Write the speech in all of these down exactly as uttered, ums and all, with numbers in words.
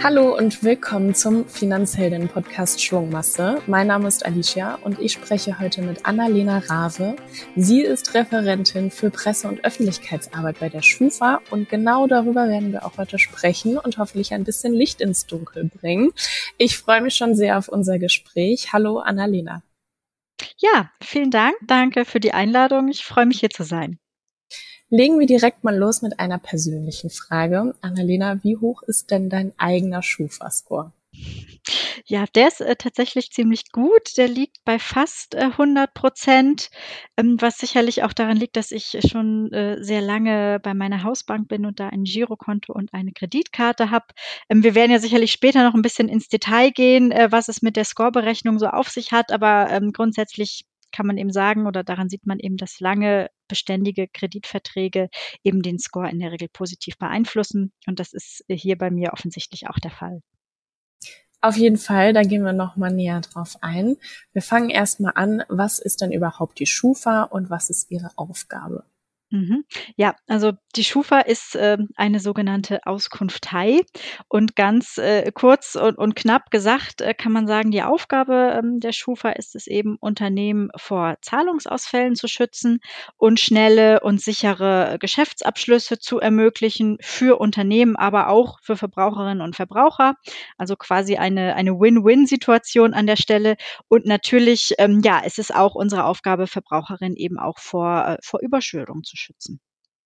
Hallo und willkommen zum Finanzheldinnen-Podcast Schwungmasse. Mein Name ist Alicia und ich spreche heute mit Annalena Rave. Sie ist Referentin für Presse- und Öffentlichkeitsarbeit bei der Schufa und genau darüber werden wir auch heute sprechen und hoffentlich ein bisschen Licht ins Dunkel bringen. Ich freue mich schon sehr auf unser Gespräch. Hallo Annalena. Ja, vielen Dank. Danke für die Einladung. Ich freue mich, hier zu sein. Legen wir direkt mal los mit einer persönlichen Frage. Annalena, wie hoch ist denn dein eigener Schufa-Score? Ja, der ist äh, tatsächlich ziemlich gut. Der liegt bei fast äh, hundert Prozent, ähm, was sicherlich auch daran liegt, dass ich schon äh, sehr lange bei meiner Hausbank bin und da ein Girokonto und eine Kreditkarte habe. Ähm, wir werden ja sicherlich später noch ein bisschen ins Detail gehen, äh, was es mit der Scoreberechnung so auf sich hat, aber ähm, grundsätzlich kann man eben sagen, oder daran sieht man eben, dass lange beständige Kreditverträge eben den Score in der Regel positiv beeinflussen. Und das ist hier bei mir offensichtlich auch der Fall. Auf jeden Fall, da gehen wir noch mal näher drauf ein. Wir fangen erstmal an, was ist denn überhaupt die Schufa und was ist ihre Aufgabe? Mhm. Ja, also die Schufa ist ähm, eine sogenannte Auskunftei und ganz äh, kurz und, und knapp gesagt äh, kann man sagen, die Aufgabe ähm, der Schufa ist es eben, Unternehmen vor Zahlungsausfällen zu schützen und schnelle und sichere Geschäftsabschlüsse zu ermöglichen für Unternehmen, aber auch für Verbraucherinnen und Verbraucher. Also quasi eine, eine Win-Win-Situation an der Stelle. Und natürlich, ähm, ja, es ist auch unsere Aufgabe, Verbraucherinnen eben auch vor, äh, vor Überschuldung zu schützen.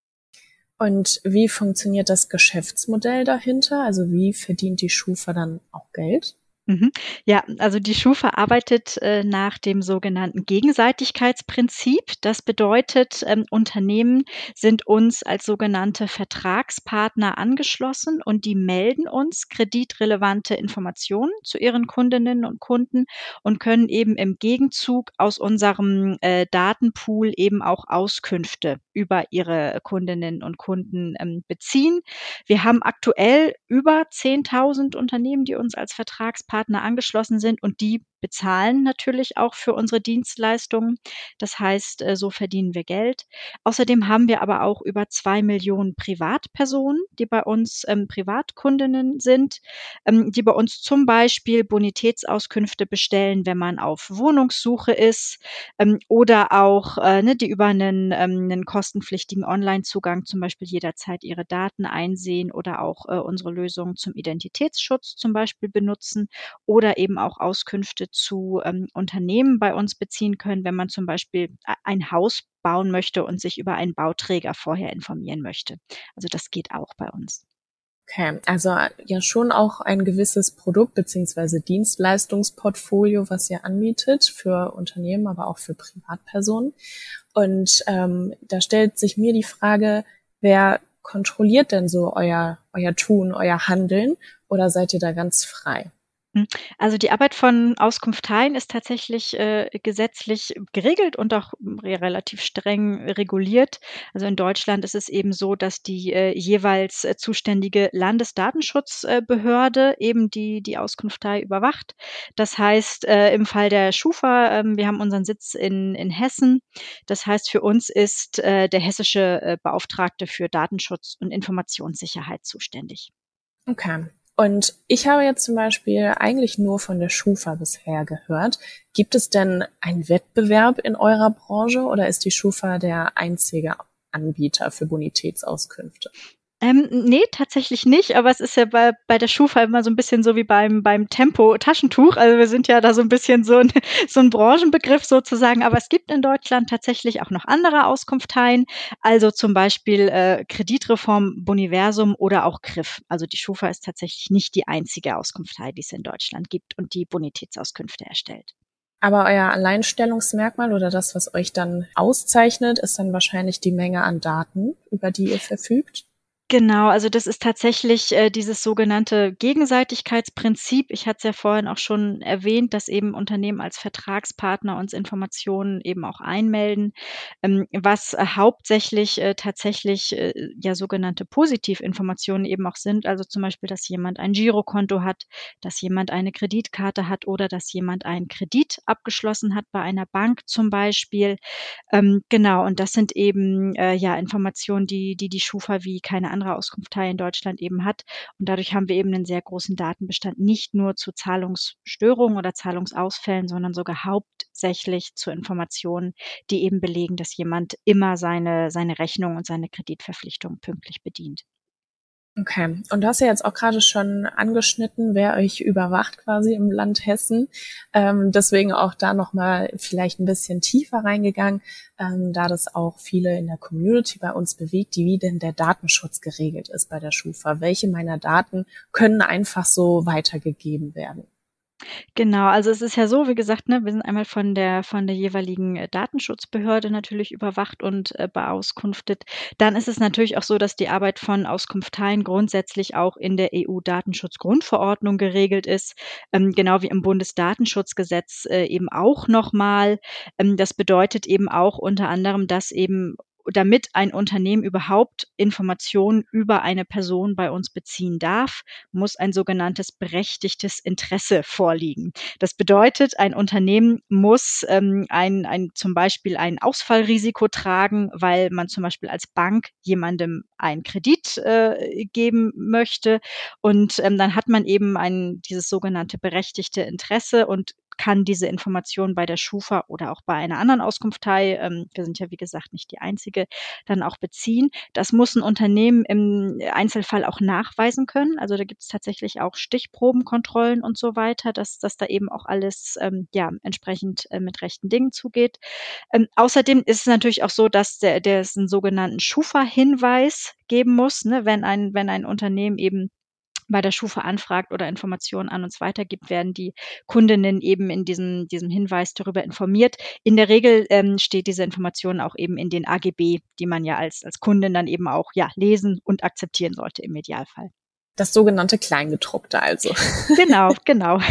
Und wie funktioniert das Geschäftsmodell dahinter? Also wie verdient die Schufa dann auch Geld? Mhm. Ja, also die Schufa arbeitet äh, nach dem sogenannten Gegenseitigkeitsprinzip. Das bedeutet, ähm, Unternehmen sind uns als sogenannte Vertragspartner angeschlossen und die melden uns kreditrelevante Informationen zu ihren Kundinnen und Kunden und können eben im Gegenzug aus unserem äh, Datenpool eben auch Auskünfte über ihre Kundinnen und Kunden ähm, beziehen. Wir haben aktuell über zehntausend Unternehmen, die uns als Vertragspartner angeschlossen sind und die bezahlen natürlich auch für unsere Dienstleistungen. Das heißt, äh, so verdienen wir Geld. Außerdem haben wir aber auch über zwei Millionen Privatpersonen, die bei uns ähm, Privatkundinnen sind, ähm, die bei uns zum Beispiel Bonitätsauskünfte bestellen, wenn man auf Wohnungssuche ist, ähm, oder auch, äh, ne, die über einen, ähm, einen kostenpflichtigen Online-Zugang zum Beispiel jederzeit ihre Daten einsehen oder auch äh, unsere Lösungen zum Identitätsschutz zum Beispiel benutzen oder eben auch Auskünfte zu ähm, Unternehmen bei uns beziehen können, wenn man zum Beispiel ein Haus bauen möchte und sich über einen Bauträger vorher informieren möchte. Also das geht auch bei uns. Okay, also ja schon auch ein gewisses Produkt- beziehungsweise Dienstleistungsportfolio, was ihr anbietet für Unternehmen, aber auch für Privatpersonen. Und ähm, da stellt sich mir die Frage, wer kontrolliert denn so euer, euer Tun, euer Handeln oder seid ihr da ganz frei? Also die Arbeit von Auskunfteien ist tatsächlich äh, gesetzlich geregelt und auch re relativ streng reguliert. Also in Deutschland ist es eben so, dass die äh, jeweils äh, zuständige Landesdatenschutzbehörde äh, eben die, die Auskunftei überwacht. Das heißt, äh, im Fall der Schufa, äh, wir haben unseren Sitz in, in Hessen. Das heißt, für uns ist äh, der hessische äh, Beauftragte für Datenschutz und Informationssicherheit zuständig. Okay. Und ich habe jetzt zum Beispiel eigentlich nur von der Schufa bisher gehört. Gibt es denn einen Wettbewerb in eurer Branche oder ist die Schufa der einzige Anbieter für Bonitätsauskünfte? Ähm, ne, tatsächlich nicht, aber es ist ja bei bei der Schufa immer so ein bisschen so wie beim beim Tempo-Taschentuch. Also, wir sind ja da so ein bisschen so ein so 'n Branchenbegriff sozusagen, aber es gibt in Deutschland tatsächlich auch noch andere Auskunfteien, also zum Beispiel, äh, Kreditreform, Boniversum oder auch K R I F. Also, die Schufa ist tatsächlich nicht die einzige Auskunftei, die es in Deutschland gibt und die Bonitätsauskünfte erstellt. Aber euer Alleinstellungsmerkmal oder das, was euch dann auszeichnet, ist dann wahrscheinlich die Menge an Daten, über die ihr verfügt? Genau, also das ist tatsächlich äh, dieses sogenannte Gegenseitigkeitsprinzip. Ich hatte es ja vorhin auch schon erwähnt, dass eben Unternehmen als Vertragspartner uns Informationen eben auch einmelden, ähm, was äh, hauptsächlich äh, tatsächlich äh, ja sogenannte Positivinformationen eben auch sind. Also zum Beispiel, dass jemand ein Girokonto hat, dass jemand eine Kreditkarte hat oder dass jemand einen Kredit abgeschlossen hat bei einer Bank zum Beispiel. Ähm, genau, und das sind eben äh, ja Informationen, die die die Schufa wie keine andere Auskunftei in Deutschland eben hat. Und dadurch haben wir eben einen sehr großen Datenbestand, nicht nur zu Zahlungsstörungen oder Zahlungsausfällen, sondern sogar hauptsächlich zu Informationen, die eben belegen, dass jemand immer seine, seine Rechnung und seine Kreditverpflichtung pünktlich bedient. Okay, und du hast ja jetzt auch gerade schon angeschnitten, wer euch überwacht quasi im Land Hessen. Ähm, deswegen auch da nochmal vielleicht ein bisschen tiefer reingegangen, ähm, da das auch viele in der Community bei uns bewegt, wie denn der Datenschutz geregelt ist bei der Schufa. Welche meiner Daten können einfach so weitergegeben werden? Genau, also es ist ja so, wie gesagt, ne, wir sind einmal von der von der jeweiligen äh, Datenschutzbehörde natürlich überwacht und äh, beauskunftet. Dann ist es natürlich auch so, dass die Arbeit von Auskunfteien grundsätzlich auch in der E U-Datenschutzgrundverordnung geregelt ist, ähm, genau wie im Bundesdatenschutzgesetz äh, eben auch nochmal. Ähm, das bedeutet eben auch unter anderem, dass eben damit ein Unternehmen überhaupt Informationen über eine Person bei uns beziehen darf, muss ein sogenanntes berechtigtes Interesse vorliegen. Das bedeutet, ein Unternehmen muss ähm, ein, ein, zum Beispiel ein Ausfallrisiko tragen, weil man zum Beispiel als Bank jemandem einen Kredit äh, geben möchte. Und ähm, dann hat man eben ein, dieses sogenannte berechtigte Interesse und kann diese Information bei der Schufa oder auch bei einer anderen Auskunftei, ähm, wir sind ja wie gesagt nicht die einzige, dann auch beziehen. Das muss ein Unternehmen im Einzelfall auch nachweisen können. Also da gibt es tatsächlich auch Stichprobenkontrollen und so weiter, dass, dass da eben auch alles ähm, ja, entsprechend äh, mit rechten Dingen zugeht. Ähm, außerdem ist es natürlich auch so, dass der, der es einen sogenannten Schufa-Hinweis geben muss, ne, wenn ein, wenn ein Unternehmen eben bei der Schufa anfragt oder Informationen an uns weitergibt, werden die Kundinnen eben in diesem, diesem Hinweis darüber informiert. In der Regel ähm, steht diese Information auch eben in den A G B, die man ja als, als Kundin dann eben auch ja, lesen und akzeptieren sollte im Idealfall. Das sogenannte Kleingedruckte also. Genau, genau.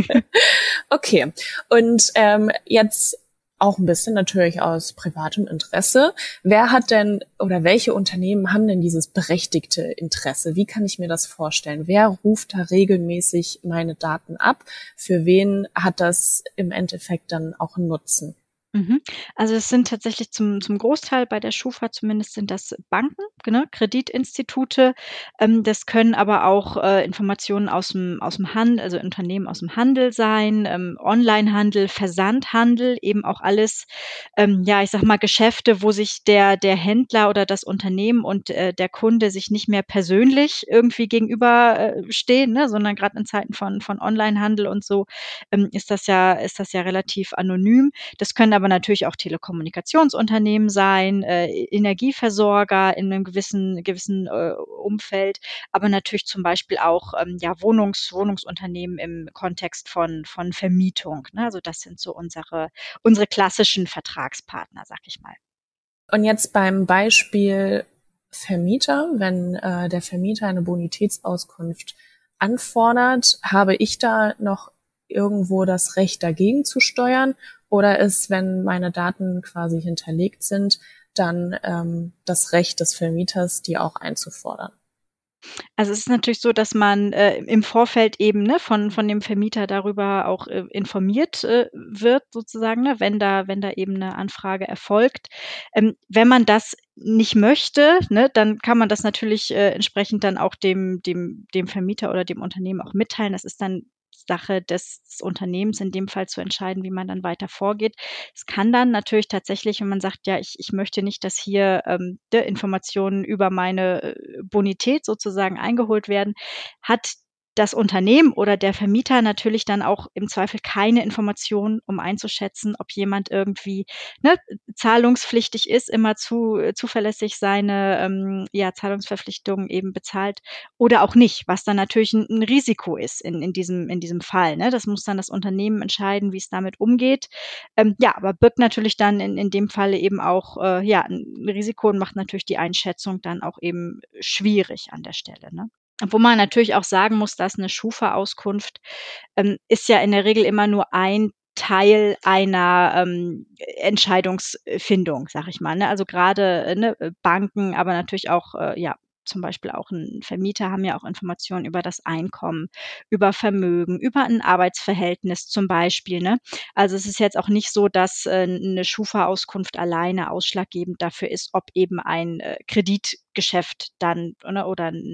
Okay, und ähm, jetzt auch ein bisschen natürlich aus privatem Interesse. Wer hat denn oder welche Unternehmen haben denn dieses berechtigte Interesse? Wie kann ich mir das vorstellen? Wer ruft da regelmäßig meine Daten ab? Für wen hat das im Endeffekt dann auch einen Nutzen? Mhm. Also es sind tatsächlich zum zum Großteil bei der Schufa zumindest sind das Banken, ne, Kreditinstitute. Ähm, das können aber auch äh, Informationen aus dem aus dem Handel, also Unternehmen aus dem Handel sein, ähm, Onlinehandel, Versandhandel, eben auch alles, ähm, ja, ich sage mal, Geschäfte, wo sich der der Händler oder das Unternehmen und äh, der Kunde sich nicht mehr persönlich irgendwie gegenüber äh, stehen, ne, sondern gerade in Zeiten von von Onlinehandel und so ähm, ist das ja ist das ja relativ anonym. Das können aber natürlich auch Telekommunikationsunternehmen sein, äh, Energieversorger in einem gewissen gewissen äh, Umfeld, aber natürlich zum Beispiel auch ähm, ja, Wohnungs Wohnungsunternehmen im Kontext von von Vermietung. Ne? Also das sind so unsere unsere klassischen Vertragspartner, sag ich mal. Und jetzt beim Beispiel Vermieter, wenn äh, der Vermieter eine Bonitätsauskunft anfordert, habe ich da noch irgendwo das Recht dagegen zu steuern? Oder ist, wenn meine Daten quasi hinterlegt sind, dann ähm, das Recht des Vermieters, die auch einzufordern? Also es ist natürlich so, dass man äh, im Vorfeld eben ne, von, von dem Vermieter darüber auch äh, informiert äh, wird, sozusagen, ne, wenn da, wenn da eben eine Anfrage erfolgt. Ähm, wenn man das nicht möchte, ne, dann kann man das natürlich äh, entsprechend dann auch dem, dem, dem Vermieter oder dem Unternehmen auch mitteilen. Das ist dann Sache des, des Unternehmens in dem Fall zu entscheiden, wie man dann weiter vorgeht. Es kann dann natürlich tatsächlich, wenn man sagt, ja, ich, ich möchte nicht, dass hier ähm, die Informationen über meine äh, Bonität sozusagen eingeholt werden, hat das Unternehmen oder der Vermieter natürlich dann auch im Zweifel keine Informationen, um einzuschätzen, ob jemand irgendwie ne, zahlungspflichtig ist, immer zu, äh, zuverlässig seine ähm, ja, Zahlungsverpflichtungen eben bezahlt oder auch nicht, was dann natürlich ein, ein Risiko ist in, in, diesem, in diesem Fall. Ne? Das muss dann das Unternehmen entscheiden, wie es damit umgeht. Ähm, ja, aber birgt natürlich dann in, in dem Falle eben auch äh, ja, ein Risiko und macht natürlich die Einschätzung dann auch eben schwierig an der Stelle. Ne? Wo man natürlich auch sagen muss, dass eine Schufa-Auskunft ähm, ist ja in der Regel immer nur ein Teil einer ähm, Entscheidungsfindung, sag ich mal. Ne? Also gerade äh, ne, Banken, aber natürlich auch äh, ja zum Beispiel auch ein Vermieter haben ja auch Informationen über das Einkommen, über Vermögen, über ein Arbeitsverhältnis zum Beispiel. Ne? Also es ist jetzt auch nicht so, dass äh, eine Schufa-Auskunft alleine ausschlaggebend dafür ist, ob eben ein äh, Kredit Kreditgeschäft dann, ne, oder eine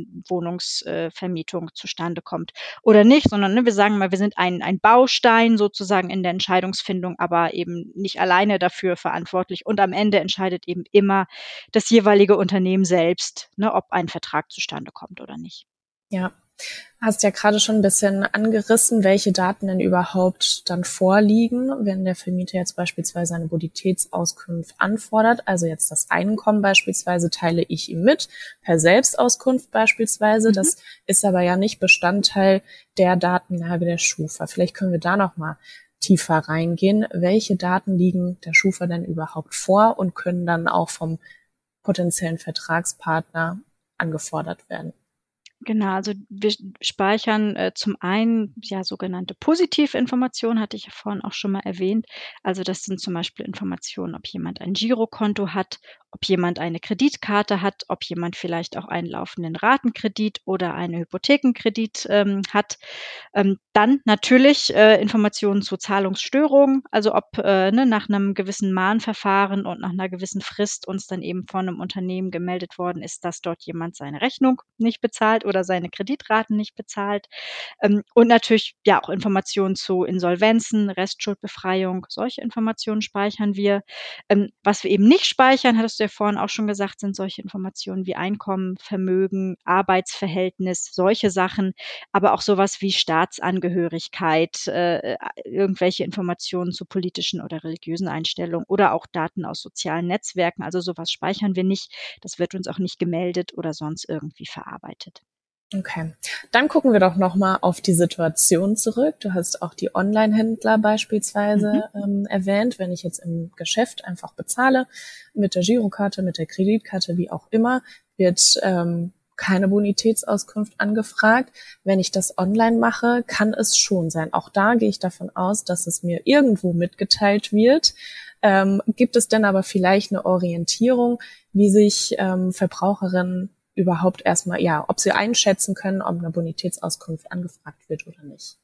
Wohnungsvermietung zustande kommt oder nicht, sondern ne, wir sagen mal, wir sind ein, ein Baustein sozusagen in der Entscheidungsfindung, aber eben nicht alleine dafür verantwortlich. Und am Ende entscheidet eben immer das jeweilige Unternehmen selbst, ne, ob ein Vertrag zustande kommt oder nicht. Ja, hast ja gerade schon ein bisschen angerissen, welche Daten denn überhaupt dann vorliegen, wenn der Vermieter jetzt beispielsweise eine Bonitätsauskunft anfordert. Also jetzt das Einkommen beispielsweise teile ich ihm mit, per Selbstauskunft beispielsweise. Mhm. Das ist aber ja nicht Bestandteil der Datenlage der Schufa. Vielleicht können wir da noch mal tiefer reingehen. Welche Daten liegen der Schufa denn überhaupt vor und können dann auch vom potenziellen Vertragspartner angefordert werden? Genau, also wir speichern äh, zum einen ja sogenannte Positivinformationen, hatte ich ja vorhin auch schon mal erwähnt. Also das sind zum Beispiel Informationen, ob jemand ein Girokonto hat, ob jemand eine Kreditkarte hat, ob jemand vielleicht auch einen laufenden Ratenkredit oder einen Hypothekenkredit ähm, hat. Ähm, dann natürlich äh, Informationen zu Zahlungsstörungen, also ob äh, ne, nach einem gewissen Mahnverfahren und nach einer gewissen Frist uns dann eben von einem Unternehmen gemeldet worden ist, dass dort jemand seine Rechnung nicht bezahlt oder seine Kreditraten nicht bezahlt. Ähm, und natürlich ja auch Informationen zu Insolvenzen, Restschuldbefreiung, solche Informationen speichern wir. Ähm, was wir eben nicht speichern, hattest du ja vorhin auch schon gesagt, sind solche Informationen wie Einkommen, Vermögen, Arbeitsverhältnis, solche Sachen, aber auch sowas wie Staatsangehörigkeit, äh, irgendwelche Informationen zu politischen oder religiösen Einstellungen oder auch Daten aus sozialen Netzwerken. Also sowas speichern wir nicht. Das wird uns auch nicht gemeldet oder sonst irgendwie verarbeitet. Okay, dann gucken wir doch nochmal auf die Situation zurück. Du hast auch die Online-Händler beispielsweise mhm. ähm, erwähnt. Wenn ich jetzt im Geschäft einfach bezahle, mit der Girokarte, mit der Kreditkarte, wie auch immer, wird ähm, keine Bonitätsauskunft angefragt. Wenn ich das online mache, kann es schon sein. Auch da gehe ich davon aus, dass es mir irgendwo mitgeteilt wird. Ähm, gibt es denn aber vielleicht eine Orientierung, wie sich ähm, Verbraucherinnen überhaupt erstmal, ja, ob sie einschätzen können, ob eine Bonitätsauskunft angefragt wird oder nicht?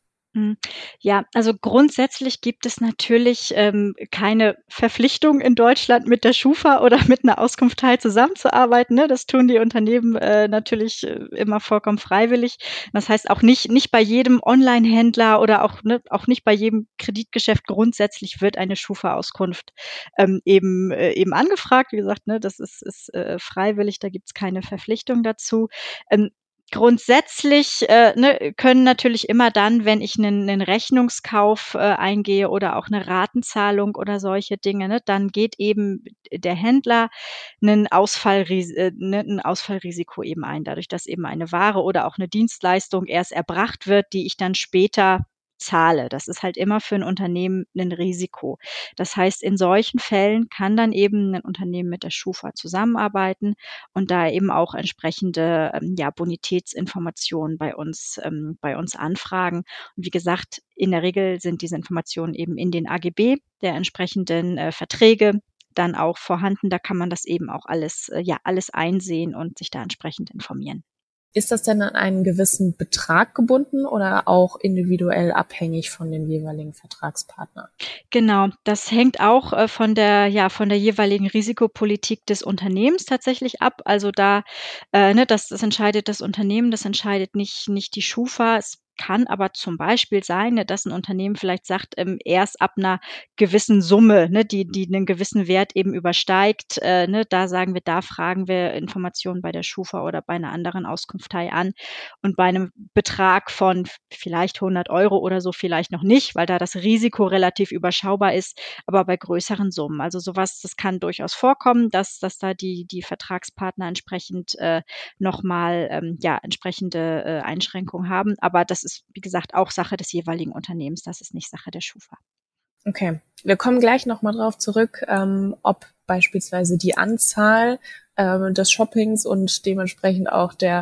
Ja, also grundsätzlich gibt es natürlich ähm, keine Verpflichtung in Deutschland mit der Schufa oder mit einer Auskunftei zusammenzuarbeiten. Ne? Das tun die Unternehmen äh, natürlich äh, immer vollkommen freiwillig. Das heißt auch nicht nicht bei jedem Online-Händler oder auch ne, auch nicht bei jedem Kreditgeschäft grundsätzlich wird eine Schufa-Auskunft ähm, eben äh, eben angefragt. Wie gesagt, ne, das ist, ist äh, freiwillig, da gibt es keine Verpflichtung dazu. Ähm, Grundsätzlich äh, ne, können natürlich immer dann, wenn ich einen, einen Rechnungskauf äh, eingehe oder auch eine Ratenzahlung oder solche Dinge, ne, dann geht eben der Händler einen Ausfallris äh, ne, ein Ausfallrisiko eben ein, dadurch, dass eben eine Ware oder auch eine Dienstleistung erst erbracht wird, die ich dann später zahle. Das ist halt immer für ein Unternehmen ein Risiko. Das heißt, in solchen Fällen kann dann eben ein Unternehmen mit der Schufa zusammenarbeiten und da eben auch entsprechende ähm, ja, Bonitätsinformationen bei uns, ähm, bei uns anfragen. Und wie gesagt, in der Regel sind diese Informationen eben in den A G B der entsprechenden äh, Verträge dann auch vorhanden. Da kann man das eben auch alles, äh, ja, alles einsehen und sich da entsprechend informieren. Ist das denn an einen gewissen Betrag gebunden oder auch individuell abhängig von dem jeweiligen Vertragspartner? Genau, das hängt auch äh, von der ja von der jeweiligen Risikopolitik des Unternehmens tatsächlich ab. Also da, äh, ne, das, das entscheidet das Unternehmen, das entscheidet nicht nicht die Schufa. Es kann aber zum Beispiel sein, ne, dass ein Unternehmen vielleicht sagt, ähm, erst ab einer gewissen Summe, ne, die die einen gewissen Wert eben übersteigt, äh, ne, da sagen wir, da fragen wir Informationen bei der Schufa oder bei einer anderen Auskunftei an. Und bei einem Betrag von vielleicht hundert Euro oder so vielleicht noch nicht, weil da das Risiko relativ überschaubar ist, aber bei größeren Summen. Also sowas, das kann durchaus vorkommen, dass, dass da die, die Vertragspartner entsprechend äh, nochmal ähm, ja, entsprechende äh, Einschränkungen haben. Aber das ist, wie gesagt, auch Sache des jeweiligen Unternehmens. Das ist nicht Sache der Schufa. Okay, wir kommen gleich nochmal drauf zurück, ähm, ob beispielsweise die Anzahl ähm, des Shoppings und dementsprechend auch der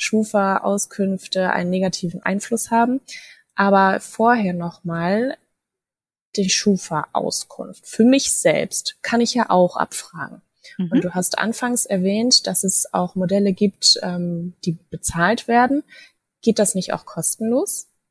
Schufa-Auskünfte einen negativen Einfluss haben. Aber vorher nochmal die Schufa-Auskunft. Für mich selbst kann ich ja auch abfragen. Mhm. Und du hast anfangs erwähnt, dass es auch Modelle gibt, ähm, die bezahlt werden. Geht das nicht auch kostenlos?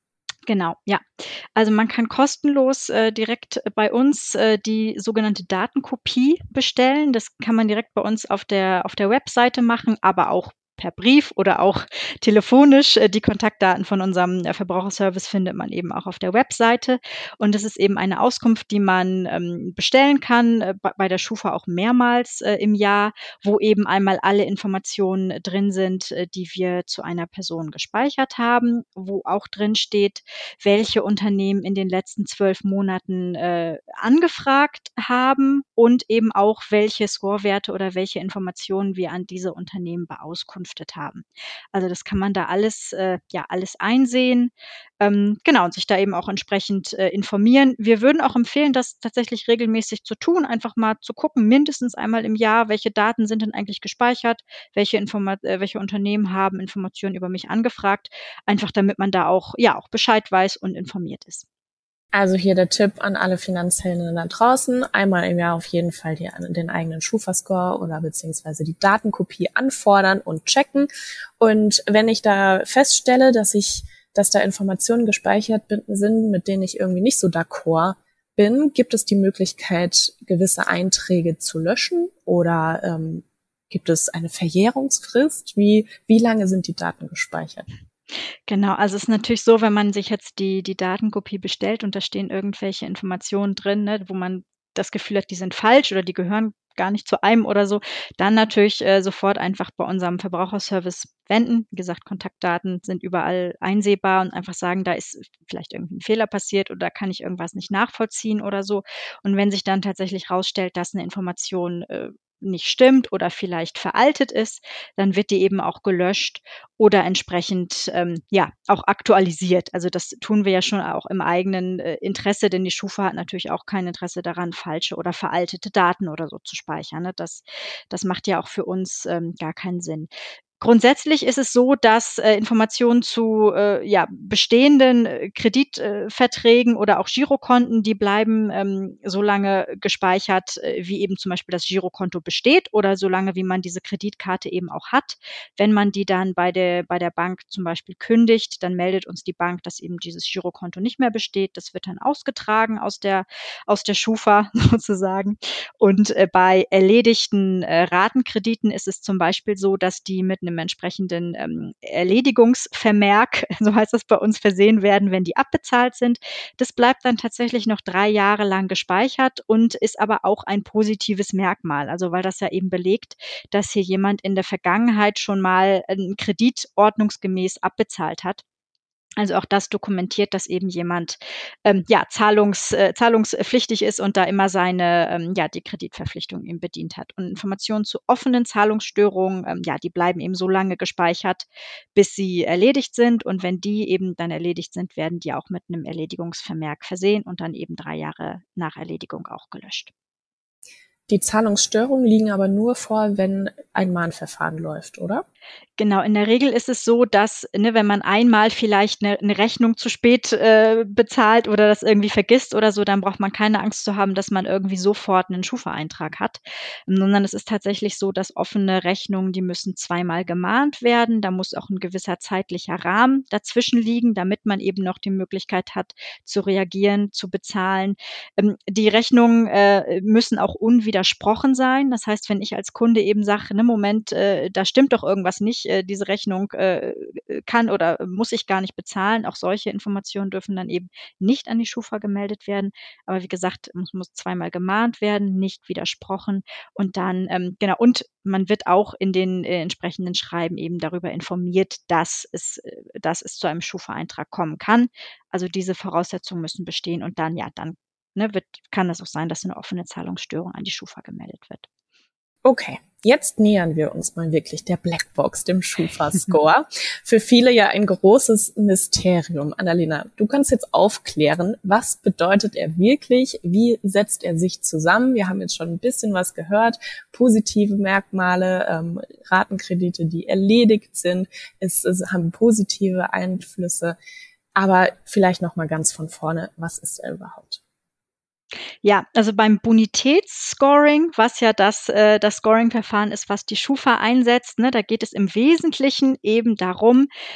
Genau, ja. Also man kann kostenlos äh, direkt bei uns äh, die sogenannte Datenkopie bestellen. Das kann man direkt bei uns auf der auf der Webseite machen, aber auch per Brief oder auch telefonisch. Äh, die Kontaktdaten von unserem äh, Verbraucherservice findet man eben auch auf der Webseite. Und das ist eben eine Auskunft, die man ähm, bestellen kann, äh, bei, bei der Schufa auch mehrmals äh, im Jahr, wo eben einmal alle Informationen äh, drin sind, äh, die wir zu einer Person gespeichert haben, wo auch drin steht, welche Unternehmen in den letzten zwölf Monaten äh, angefragt haben und eben auch, welche Scorewerte oder welche Informationen wir an diese Unternehmen beauskunftet haben. Also das kann man da alles, äh, ja, alles einsehen. Ähm, genau, und sich da eben auch entsprechend äh, informieren. Wir würden auch empfehlen, das tatsächlich regelmäßig zu tun, einfach mal zu gucken, mindestens einmal im Jahr, welche Daten sind denn eigentlich gespeichert, welche, Informa- äh, welche Unternehmen haben Informationen über mich angefragt, einfach damit man da auch, ja, auch Bescheid weiß und informiert ist. Also hier der Tipp an alle Finanzhelden da draußen. Einmal im Jahr auf jeden Fall die, den eigenen Schufa-Score oder beziehungsweise die Datenkopie anfordern und checken. Und wenn ich da feststelle, dass ich, dass da Informationen gespeichert sind, mit denen ich irgendwie nicht so d'accord bin, gibt es die Möglichkeit, gewisse Einträge zu löschen oder ähm, gibt es eine Verjährungsfrist? Wie, wie lange sind die Daten gespeichert? Genau, also es ist natürlich so, wenn man sich jetzt die die Datenkopie bestellt und da stehen irgendwelche Informationen drin, ne, wo man das Gefühl hat, die sind falsch oder die gehören gar nicht zu einem oder so, dann natürlich äh, sofort einfach bei unserem Verbraucherservice wenden. Wie gesagt, Kontaktdaten sind überall einsehbar und einfach sagen, da ist vielleicht irgendwie ein Fehler passiert oder da kann ich irgendwas nicht nachvollziehen oder so. Und wenn sich dann tatsächlich rausstellt, dass eine Information äh, nicht stimmt oder vielleicht veraltet ist, dann wird die eben auch gelöscht oder entsprechend ähm, ja auch aktualisiert. Also das tun wir ja schon auch im eigenen äh, Interesse, denn die Schufa hat natürlich auch kein Interesse daran, falsche oder veraltete Daten oder so zu speichern. Ne? Das, das macht ja auch für uns ähm, gar keinen Sinn. Grundsätzlich ist es so, dass äh, Informationen zu äh, ja, bestehenden äh, Kreditverträgen äh, oder auch Girokonten, die bleiben ähm, so lange gespeichert, äh, wie eben zum Beispiel das Girokonto besteht oder so lange, wie man diese Kreditkarte eben auch hat. Wenn man die dann bei der, bei der Bank zum Beispiel kündigt, dann meldet uns die Bank, dass eben dieses Girokonto nicht mehr besteht. Das wird dann ausgetragen aus der, aus der Schufa sozusagen. Und äh, bei erledigten äh, Ratenkrediten ist es zum Beispiel so, dass die mit einem entsprechenden ähm, Erledigungsvermerk, so heißt das bei uns, versehen werden, wenn die abbezahlt sind. Das bleibt dann tatsächlich noch drei Jahre lang gespeichert und ist aber auch ein positives Merkmal. Also weil das ja eben belegt, dass hier jemand in der Vergangenheit schon mal einen Kredit ordnungsgemäß abbezahlt hat. Also auch das dokumentiert, dass eben jemand ähm, ja zahlungs, äh, zahlungspflichtig ist und da immer seine ähm, ja die Kreditverpflichtung eben bedient hat. Und Informationen zu offenen Zahlungsstörungen, ähm, ja, die bleiben eben so lange gespeichert, bis sie erledigt sind. Und wenn die eben dann erledigt sind, werden die auch mit einem Erledigungsvermerk versehen und dann eben drei Jahre nach Erledigung auch gelöscht. Die Zahlungsstörungen liegen aber nur vor, wenn ein Mahnverfahren läuft, oder? Genau, in der Regel ist es so, dass, ne, wenn man einmal vielleicht eine 'ne Rechnung zu spät äh, bezahlt oder das irgendwie vergisst oder so, dann braucht man keine Angst zu haben, dass man irgendwie sofort einen Schufa-Eintrag hat, sondern es ist tatsächlich so, dass offene Rechnungen, die müssen zweimal gemahnt werden. Da muss auch ein gewisser zeitlicher Rahmen dazwischen liegen, damit man eben noch die Möglichkeit hat, zu reagieren, zu bezahlen. Ähm, die Rechnungen äh, müssen auch unwidersprochen sein. Das heißt, wenn ich als Kunde eben sage, ne, Moment, äh, da stimmt doch irgendwas nicht, äh, diese Rechnung äh, kann oder muss ich gar nicht bezahlen. Auch solche Informationen dürfen dann eben nicht an die Schufa gemeldet werden. Aber wie gesagt, muss, muss zweimal gemahnt werden, nicht widersprochen und dann, ähm, genau, und man wird auch in den äh, entsprechenden Schreiben eben darüber informiert, dass es, äh, dass es zu einem Schufa-Eintrag kommen kann. Also diese Voraussetzungen müssen bestehen und dann, ja, dann ne, wird, kann es auch sein, dass eine offene Zahlungsstörung an die Schufa gemeldet wird. Okay, jetzt nähern wir uns mal wirklich der Blackbox, dem Schufa-Score. Für viele ja ein großes Mysterium. Annalena, du kannst jetzt aufklären, was bedeutet er wirklich? Wie setzt er sich zusammen? Wir haben jetzt schon ein bisschen was gehört. Positive Merkmale, ähm, Ratenkredite, die erledigt sind. Es, es haben positive Einflüsse. Aber vielleicht noch mal ganz von vorne. Was ist er überhaupt? Ja, also beim Bonitätsscoring, was ja das, äh, das Scoring-Verfahren ist, was die Schufa einsetzt, ne, da geht es im Wesentlichen eben darum,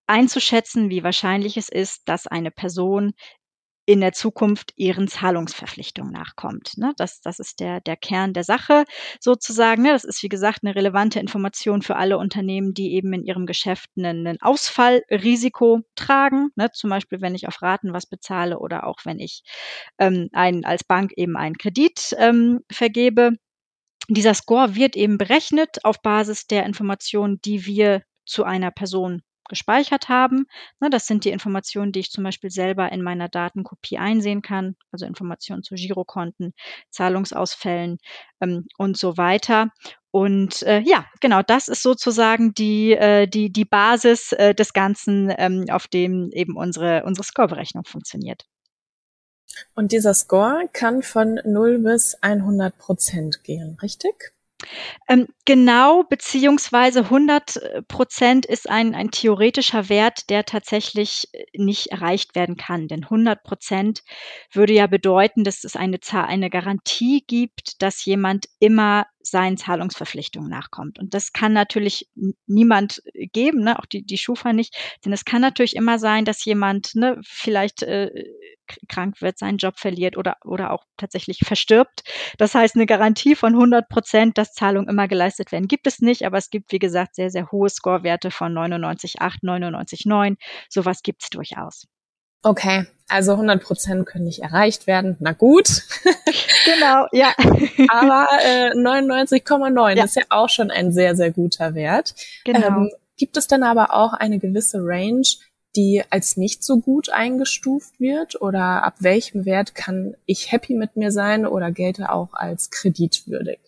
einzuschätzen, wie wahrscheinlich es ist, dass eine Person in der Zukunft ihren Zahlungsverpflichtungen nachkommt. Ne? Das, das ist der, der Kern der Sache sozusagen. Ne? Das ist, wie gesagt, eine relevante Information für alle Unternehmen, die eben in ihrem Geschäft einen, einen Ausfallrisiko tragen. Ne? Zum Beispiel, wenn ich auf Raten was bezahle oder auch wenn ich ähm, ein, als Bank eben einen Kredit ähm, vergebe. Dieser Score wird eben berechnet auf Basis der Informationen, die wir zu einer Person gespeichert haben. Das sind die Informationen, die ich zum Beispiel selber in meiner Datenkopie einsehen kann, also Informationen zu Girokonten, Zahlungsausfällen ähm, und so weiter. Und äh, ja, genau, das ist sozusagen die, äh, die, die Basis äh, des Ganzen, ähm, auf dem eben unsere, unsere Scoreberechnung funktioniert. Und dieser Score kann von null bis hundert Prozent gehen, richtig? Ähm, genau, beziehungsweise hundert Prozent ist ein, ein theoretischer Wert, der tatsächlich nicht erreicht werden kann. Denn hundert Prozent würde ja bedeuten, dass es eine, eine Garantie gibt, dass jemand immer seinen Zahlungsverpflichtungen nachkommt. Und das kann natürlich niemand geben, ne? Auch die, die Schufa nicht. Denn es kann natürlich immer sein, dass jemand ne, vielleicht äh, krank wird, seinen Job verliert oder, oder auch tatsächlich verstirbt. Das heißt, eine Garantie von hundert Prozent, dass Zahlungen immer geleistet werden, gibt es nicht. Aber es gibt, wie gesagt, sehr, sehr hohe Scorewerte von neunundneunzig Komma acht, neunundneunzig Komma neun. Sowas gibt es durchaus. Okay, also hundert Prozent können nicht erreicht werden. Na gut. Genau, ja. Aber äh, neunundneunzig Komma neun ja. ist ja auch schon ein sehr, sehr guter Wert. Genau. Ähm, gibt es dann aber auch eine gewisse Range, die als nicht so gut eingestuft wird? Oder ab welchem Wert kann ich happy mit mir sein oder gelte auch als kreditwürdig?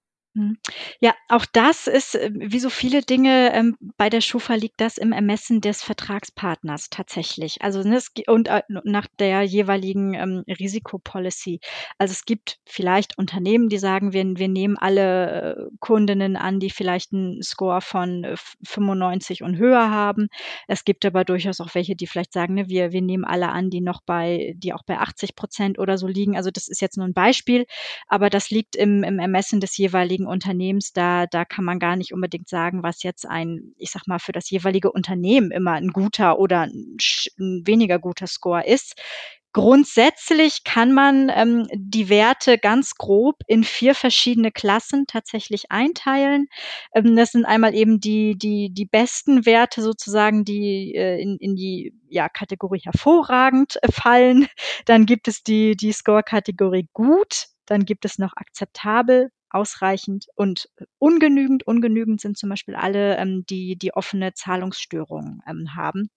Ja, auch das ist, wie so viele Dinge ähm, bei der Schufa liegt das im Ermessen des Vertragspartners tatsächlich. Also ne, es, und äh, nach der jeweiligen ähm, Risikopolicy. Also es gibt vielleicht Unternehmen, die sagen, wir, wir nehmen alle äh, Kundinnen an, die vielleicht einen Score von äh, fünfundneunzig und höher haben. Es gibt aber durchaus auch welche, die vielleicht sagen, ne, wir, wir nehmen alle an, die noch bei, die auch bei achtzig Prozent oder so liegen. Also das ist jetzt nur ein Beispiel, aber das liegt im, im Ermessen des jeweiligen Unternehmens, da, da kann man gar nicht unbedingt sagen, was jetzt ein, ich sag mal, für das jeweilige Unternehmen immer ein guter oder ein, ein weniger guter Score ist. Grundsätzlich kann man ähm, die Werte ganz grob in vier verschiedene Klassen tatsächlich einteilen. Ähm, das sind einmal eben die, die, die besten Werte sozusagen, die äh, in, in die ja, Kategorie hervorragend äh, fallen. Dann gibt es die, die Score-Kategorie gut. Dann gibt es noch akzeptabel, ausreichend und ungenügend. Ungenügend sind zum Beispiel alle, ähm, die die offene Zahlungsstörungen ähm, haben.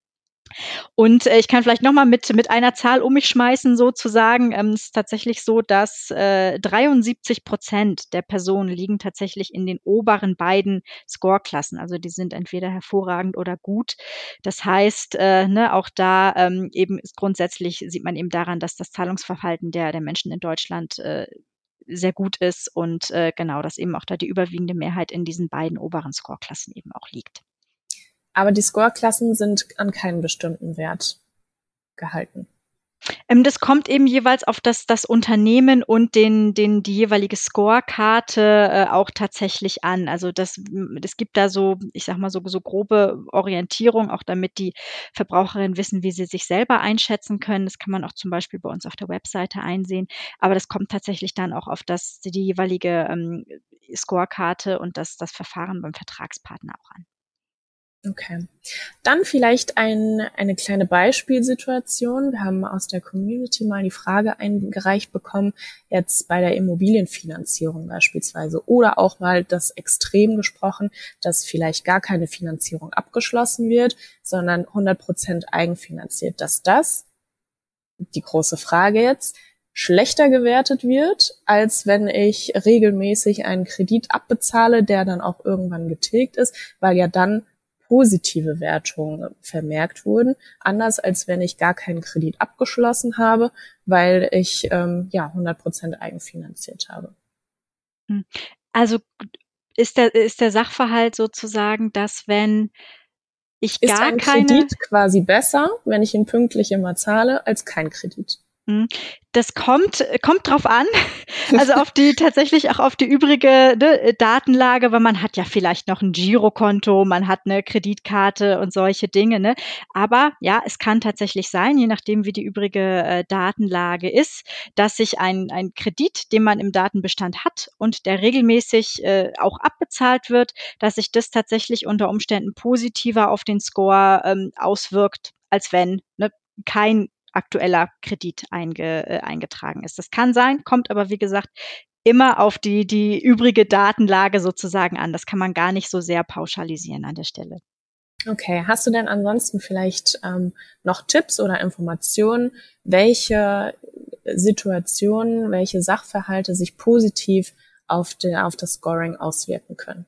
Und äh, ich kann vielleicht nochmal mit, mit einer Zahl um mich schmeißen, sozusagen. Ähm, es ist tatsächlich so, dass äh, dreiundsiebzig Prozent der Personen liegen tatsächlich in den oberen beiden Score-Klassen. Also die sind entweder hervorragend oder gut. Das heißt, äh, ne, auch da ähm, eben ist grundsätzlich sieht man eben daran, dass das Zahlungsverhalten der, der Menschen in Deutschland äh, sehr gut ist und äh, genau, dass eben auch da die überwiegende Mehrheit in diesen beiden oberen Score-Klassen eben auch liegt. Aber die Score-Klassen sind an keinen bestimmten Wert gehalten. Ähm, das kommt eben jeweils auf das, das Unternehmen und den, den, die jeweilige Scorekarte äh, auch tatsächlich an. Also das, das gibt da so, ich sag mal so, so grobe Orientierung, auch damit die Verbraucherinnen wissen, wie sie sich selber einschätzen können. Das kann man auch zum Beispiel bei uns auf der Webseite einsehen. Aber das kommt tatsächlich dann auch auf das, die jeweilige ähm, Scorekarte und das, das Verfahren beim Vertragspartner auch an. Okay. Dann vielleicht ein, eine kleine Beispielsituation. Wir haben aus der Community mal die Frage eingereicht bekommen, jetzt bei der Immobilienfinanzierung beispielsweise oder auch mal das Extrem gesprochen, dass vielleicht gar keine Finanzierung abgeschlossen wird, sondern hundert Prozent eigenfinanziert, dass das, die große Frage jetzt, schlechter gewertet wird, als wenn ich regelmäßig einen Kredit abbezahle, der dann auch irgendwann getilgt ist, weil ja dann positive Wertungen vermerkt wurden, anders als wenn ich gar keinen Kredit abgeschlossen habe, weil ich ähm, ja hundert Prozent eigenfinanziert habe. Also ist der ist der Sachverhalt sozusagen, dass wenn ich ist gar ein keine Kredit quasi besser, wenn ich ihn pünktlich immer zahle, als kein Kredit? Das kommt, kommt drauf an, also auf die, tatsächlich auch auf die übrige ne, Datenlage, weil man hat ja vielleicht noch ein Girokonto, man hat eine Kreditkarte und solche Dinge, ne? Aber ja, es kann tatsächlich sein, je nachdem wie die übrige äh, Datenlage ist, dass sich ein, ein Kredit, den man im Datenbestand hat und der regelmäßig äh, auch abbezahlt wird, dass sich das tatsächlich unter Umständen positiver auf den Score ähm, auswirkt, als wenn ne, kein aktueller Kredit einge, äh, eingetragen ist. Das kann sein, kommt aber wie gesagt immer auf die, die übrige Datenlage sozusagen an. Das kann man gar nicht so sehr pauschalisieren an der Stelle. Okay, hast du denn ansonsten vielleicht ähm, noch Tipps oder Informationen, welche Situationen, welche Sachverhalte sich positiv auf, den, auf das Scoring auswirken können?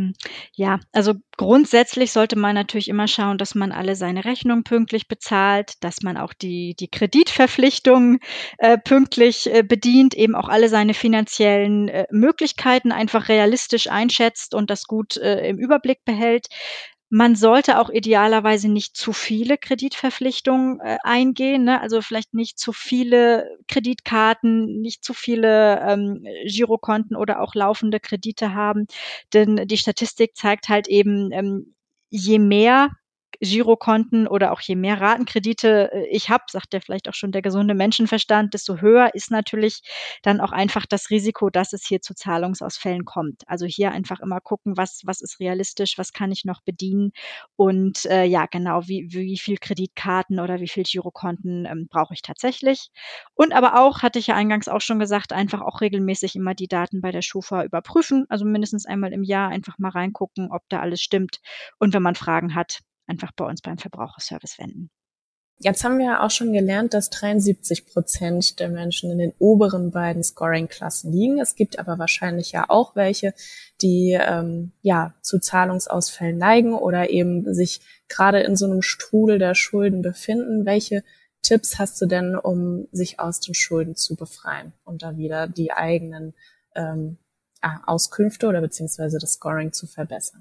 Ja, also grundsätzlich sollte man natürlich immer schauen, dass man alle seine Rechnungen pünktlich bezahlt, dass man auch die, die Kreditverpflichtungen äh, pünktlich äh, bedient, eben auch alle seine finanziellen äh, Möglichkeiten einfach realistisch einschätzt und das gut äh, im Überblick behält. Man sollte auch idealerweise nicht zu viele Kreditverpflichtungen äh, eingehen, ne? Also vielleicht nicht zu viele Kreditkarten, nicht zu viele ähm, Girokonten oder auch laufende Kredite haben. Denn die Statistik zeigt halt eben, ähm, je mehr Girokonten oder auch je mehr Ratenkredite äh, ich habe, sagt ja vielleicht auch schon der gesunde Menschenverstand, desto höher ist natürlich dann auch einfach das Risiko, dass es hier zu Zahlungsausfällen kommt. Also hier einfach immer gucken, was, was ist realistisch, was kann ich noch bedienen und äh, ja, genau, wie, wie viel Kreditkarten oder wie viel Girokonten ähm, brauche ich tatsächlich. Und aber auch, hatte ich ja eingangs auch schon gesagt, einfach auch regelmäßig immer die Daten bei der Schufa überprüfen, also mindestens einmal im Jahr einfach mal reingucken, ob da alles stimmt. Und wenn man Fragen hat, einfach bei uns beim Verbraucherservice wenden. Jetzt haben wir ja auch schon gelernt, dass dreiundsiebzig Prozent der Menschen in den oberen beiden Scoring-Klassen liegen. Es gibt aber wahrscheinlich ja auch welche, die ähm, ja zu Zahlungsausfällen neigen oder eben sich gerade in so einem Strudel der Schulden befinden. Welche Tipps hast du denn, um sich aus den Schulden zu befreien und da wieder die eigenen ähm, Auskünfte oder beziehungsweise das Scoring zu verbessern?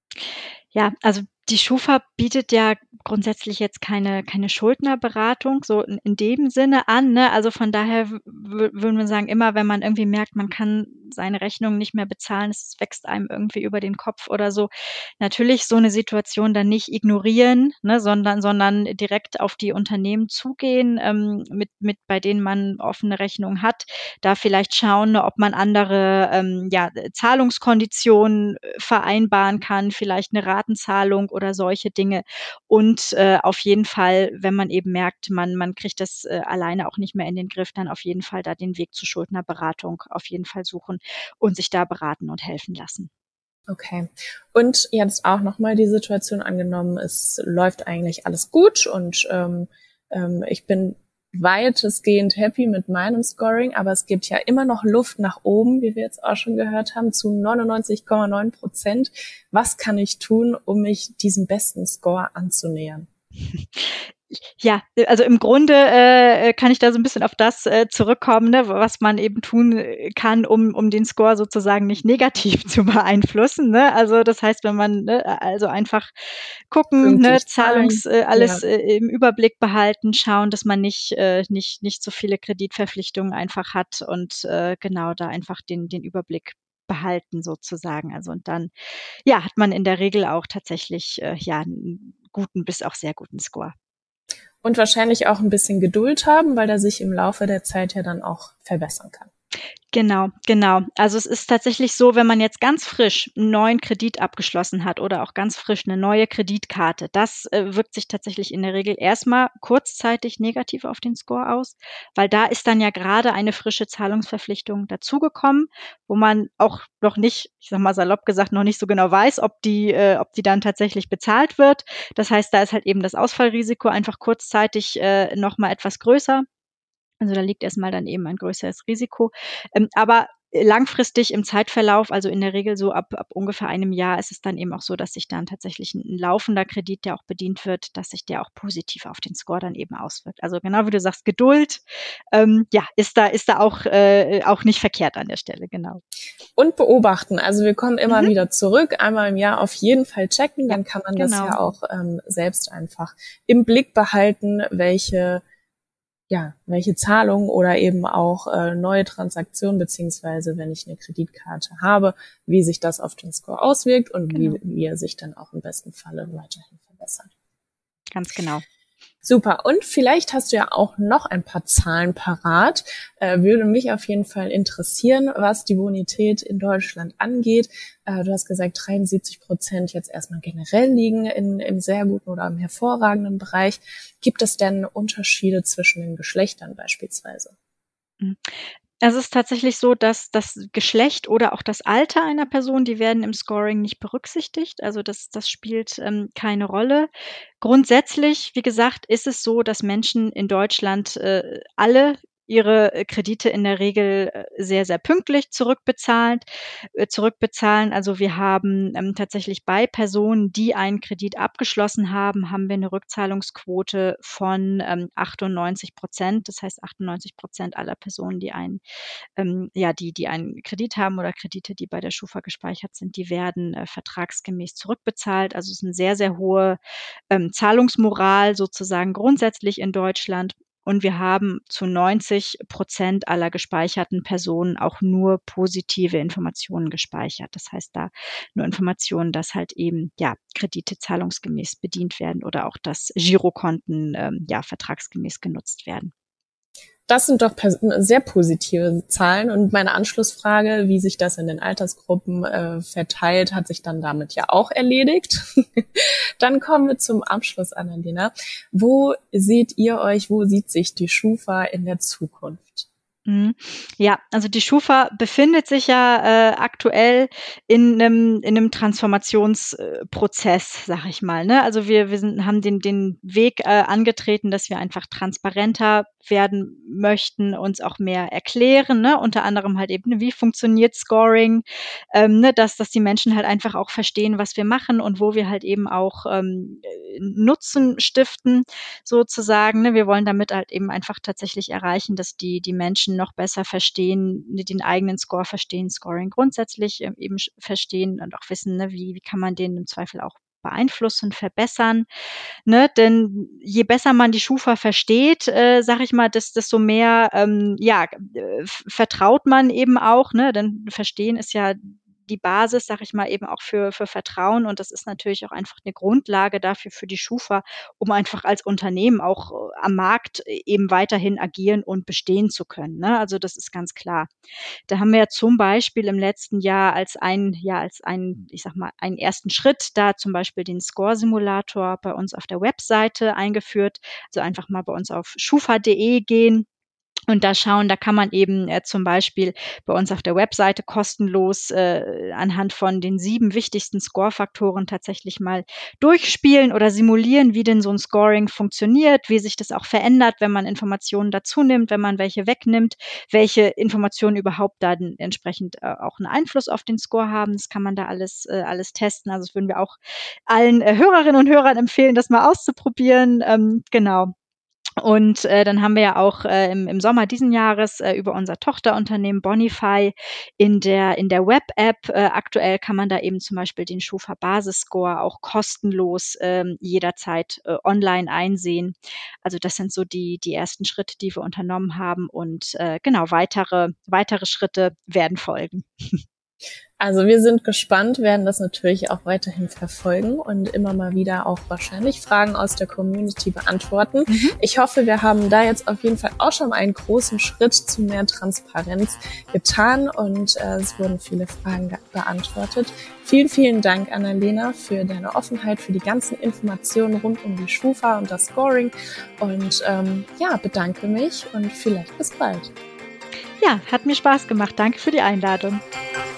Ja, also die Schufa bietet ja grundsätzlich jetzt keine keine Schuldnerberatung so in in dem Sinne an, ne? Also von daher w würden wir sagen, immer wenn man irgendwie merkt, man kann seine Rechnung nicht mehr bezahlen, es wächst einem irgendwie über den Kopf oder so, natürlich so eine Situation dann nicht ignorieren, ne, sondern sondern direkt auf die Unternehmen zugehen, ähm, mit mit bei denen man offene Rechnungen hat, da vielleicht schauen, ob man andere, ähm, ja, Zahlungskonditionen vereinbaren kann, vielleicht eine Ratenzahlung oder solche Dinge. Und äh, auf jeden Fall, wenn man eben merkt, man, man kriegt das äh, alleine auch nicht mehr in den Griff, dann auf jeden Fall da den Weg zur Schuldnerberatung auf jeden Fall suchen und sich da beraten und helfen lassen. Okay. Und jetzt auch nochmal die Situation angenommen, es läuft eigentlich alles gut und ähm, ähm, ich bin weitestgehend happy mit meinem Scoring, aber es gibt ja immer noch Luft nach oben, wie wir jetzt auch schon gehört haben, zu neunundneunzig Komma neun Prozent. Was kann ich tun, um mich diesem besten Score anzunähern? Ja, also im Grunde äh, kann ich da so ein bisschen auf das äh, zurückkommen, ne, was man eben tun kann, um um den Score sozusagen nicht negativ zu beeinflussen, ne? Also, das heißt, wenn man ne, also einfach gucken, ne, Pünktlich zahlen. Zahlungs äh, Ja. alles äh, im Überblick behalten, schauen, dass man nicht äh, nicht nicht so viele Kreditverpflichtungen einfach hat und äh, genau da einfach den den Überblick behalten sozusagen. Also und dann, ja, hat man in der Regel auch tatsächlich äh, ja einen guten bis auch sehr guten Score. Und wahrscheinlich auch ein bisschen Geduld haben, weil der sich im Laufe der Zeit ja dann auch verbessern kann. Genau, genau. Also es ist tatsächlich so, wenn man jetzt ganz frisch einen neuen Kredit abgeschlossen hat oder auch ganz frisch eine neue Kreditkarte, das äh, wirkt sich tatsächlich in der Regel erstmal kurzzeitig negativ auf den Score aus, weil da ist dann ja gerade eine frische Zahlungsverpflichtung dazugekommen, wo man auch noch nicht, ich sage mal salopp gesagt, noch nicht so genau weiß, ob die äh, ob die dann tatsächlich bezahlt wird. Das heißt, da ist halt eben das Ausfallrisiko einfach kurzzeitig äh, noch mal etwas größer. Also da liegt erstmal dann eben ein größeres Risiko. Ähm, aber langfristig im Zeitverlauf, also in der Regel so ab, ab ungefähr einem Jahr, ist es dann eben auch so, dass sich dann tatsächlich ein, ein laufender Kredit, der auch bedient wird, dass sich der auch positiv auf den Score dann eben auswirkt. Also genau wie du sagst, Geduld, ähm, ja, ist da, ist da auch, äh, auch nicht verkehrt an der Stelle, genau. Und beobachten. Also wir kommen immer Mhm. wieder zurück, einmal im Jahr auf jeden Fall checken, Ja, dann kann man genau. das ja auch ähm, selbst einfach im Blick behalten, welche ja, welche Zahlungen oder eben auch äh, neue Transaktionen, beziehungsweise wenn ich eine Kreditkarte habe, wie sich das auf den Score auswirkt und genau. wie, wie er sich dann auch im besten Falle weiterhin verbessert. Ganz genau. Super. Und vielleicht hast du ja auch noch ein paar Zahlen parat. Äh, würde mich auf jeden Fall interessieren, was die Bonität in Deutschland angeht. Äh, du hast gesagt, dreiundsiebzig Prozent jetzt erstmal generell liegen in, im sehr guten oder im hervorragenden Bereich. Gibt es denn Unterschiede zwischen den Geschlechtern beispielsweise? Es ist tatsächlich so, dass das Geschlecht oder auch das Alter einer Person, die werden im Scoring nicht berücksichtigt. Also das, das spielt ähm, keine Rolle. Grundsätzlich, wie gesagt, ist es so, dass Menschen in Deutschland äh, alle ihre Kredite in der Regel äh, sehr, sehr pünktlich zurückbezahlt, äh, zurückbezahlen. Also wir haben ähm, tatsächlich bei Personen, die einen Kredit abgeschlossen haben, haben wir eine Rückzahlungsquote von ähm, achtundneunzig Prozent. Das heißt, achtundneunzig Prozent aller Personen, die einen, ähm, ja, die, die einen Kredit haben oder Kredite, die bei der Schufa gespeichert sind, die werden äh, vertragsgemäß zurückbezahlt. Also es ist eine sehr, sehr hohe ähm, Zahlungsmoral sozusagen grundsätzlich in Deutschland. Und wir haben zu neunzig Prozent aller gespeicherten Personen auch nur positive Informationen gespeichert. Das heißt da nur Informationen, dass halt eben ja Kredite zahlungsgemäß bedient werden oder auch, dass Girokonten ähm, ja vertragsgemäß genutzt werden. Das sind doch sehr positive Zahlen. Und meine Anschlussfrage, wie sich das in den Altersgruppen äh, verteilt, hat sich dann damit ja auch erledigt. Dann kommen wir zum Abschluss, Annalena. Wo seht ihr euch, wo sieht sich die Schufa in der Zukunft? Ja, also die Schufa befindet sich ja äh, aktuell in einem in einem Transformationsprozess, sag ich mal. Ne? Also wir wir sind, haben den den Weg äh, angetreten, dass wir einfach transparenter werden möchten, uns auch mehr erklären, ne? Unter anderem halt eben, wie funktioniert Scoring, ähm, ne? dass dass die Menschen halt einfach auch verstehen, was wir machen und wo wir halt eben auch ähm, Nutzen stiften, sozusagen. Ne? Wir wollen damit halt eben einfach tatsächlich erreichen, dass die die Menschen noch besser verstehen, den eigenen Score verstehen, Scoring grundsätzlich ähm, eben verstehen und auch wissen, ne, wie, wie kann man den im Zweifel auch beeinflussen, verbessern. Ne? Denn je besser man die Schufa versteht, äh, sag ich mal, desto, desto mehr ähm, ja, äh, vertraut man eben auch. Ne? Denn Verstehen ist ja die Basis, sag ich mal, eben auch für, für Vertrauen. Und das ist natürlich auch einfach eine Grundlage dafür für die Schufa, um einfach als Unternehmen auch äh, am Markt eben weiterhin agieren und bestehen zu können. Ne? Also das ist ganz klar. Da haben wir ja zum Beispiel im letzten Jahr als ein, ja, als ein, ich sag mal, einen ersten Schritt da zum Beispiel den Score-Simulator bei uns auf der Webseite eingeführt. Also einfach mal bei uns auf schufa punkt de gehen. Und da schauen, da kann man eben äh, zum Beispiel bei uns auf der Webseite kostenlos äh, anhand von den sieben wichtigsten Score-Faktoren tatsächlich mal durchspielen oder simulieren, wie denn so ein Scoring funktioniert, wie sich das auch verändert, wenn man Informationen dazu nimmt, wenn man welche wegnimmt, welche Informationen überhaupt dann entsprechend äh, auch einen Einfluss auf den Score haben. Das kann man da alles, äh, alles testen. Also das würden wir auch allen äh, Hörerinnen und Hörern empfehlen, das mal auszuprobieren. Ähm, genau. Und äh, dann haben wir ja auch äh, im, im Sommer diesen Jahres äh, über unser Tochterunternehmen Bonify in der in der Web-App, äh, aktuell kann man da eben zum Beispiel den Schufa Basisscore auch kostenlos ähm, jederzeit äh, online einsehen. Also das sind so die die ersten Schritte, die wir unternommen haben und äh, genau, weitere weitere Schritte werden folgen. Also wir sind gespannt, werden das natürlich auch weiterhin verfolgen und immer mal wieder auch wahrscheinlich Fragen aus der Community beantworten. Mhm. Ich hoffe, wir haben da jetzt auf jeden Fall auch schon einen großen Schritt zu mehr Transparenz getan und äh, es wurden viele Fragen beantwortet. Vielen, vielen Dank, Annalena, für deine Offenheit, für die ganzen Informationen rund um die Schufa und das Scoring und ähm, ja, bedanke mich und vielleicht bis bald. Ja, hat mir Spaß gemacht. Danke für die Einladung.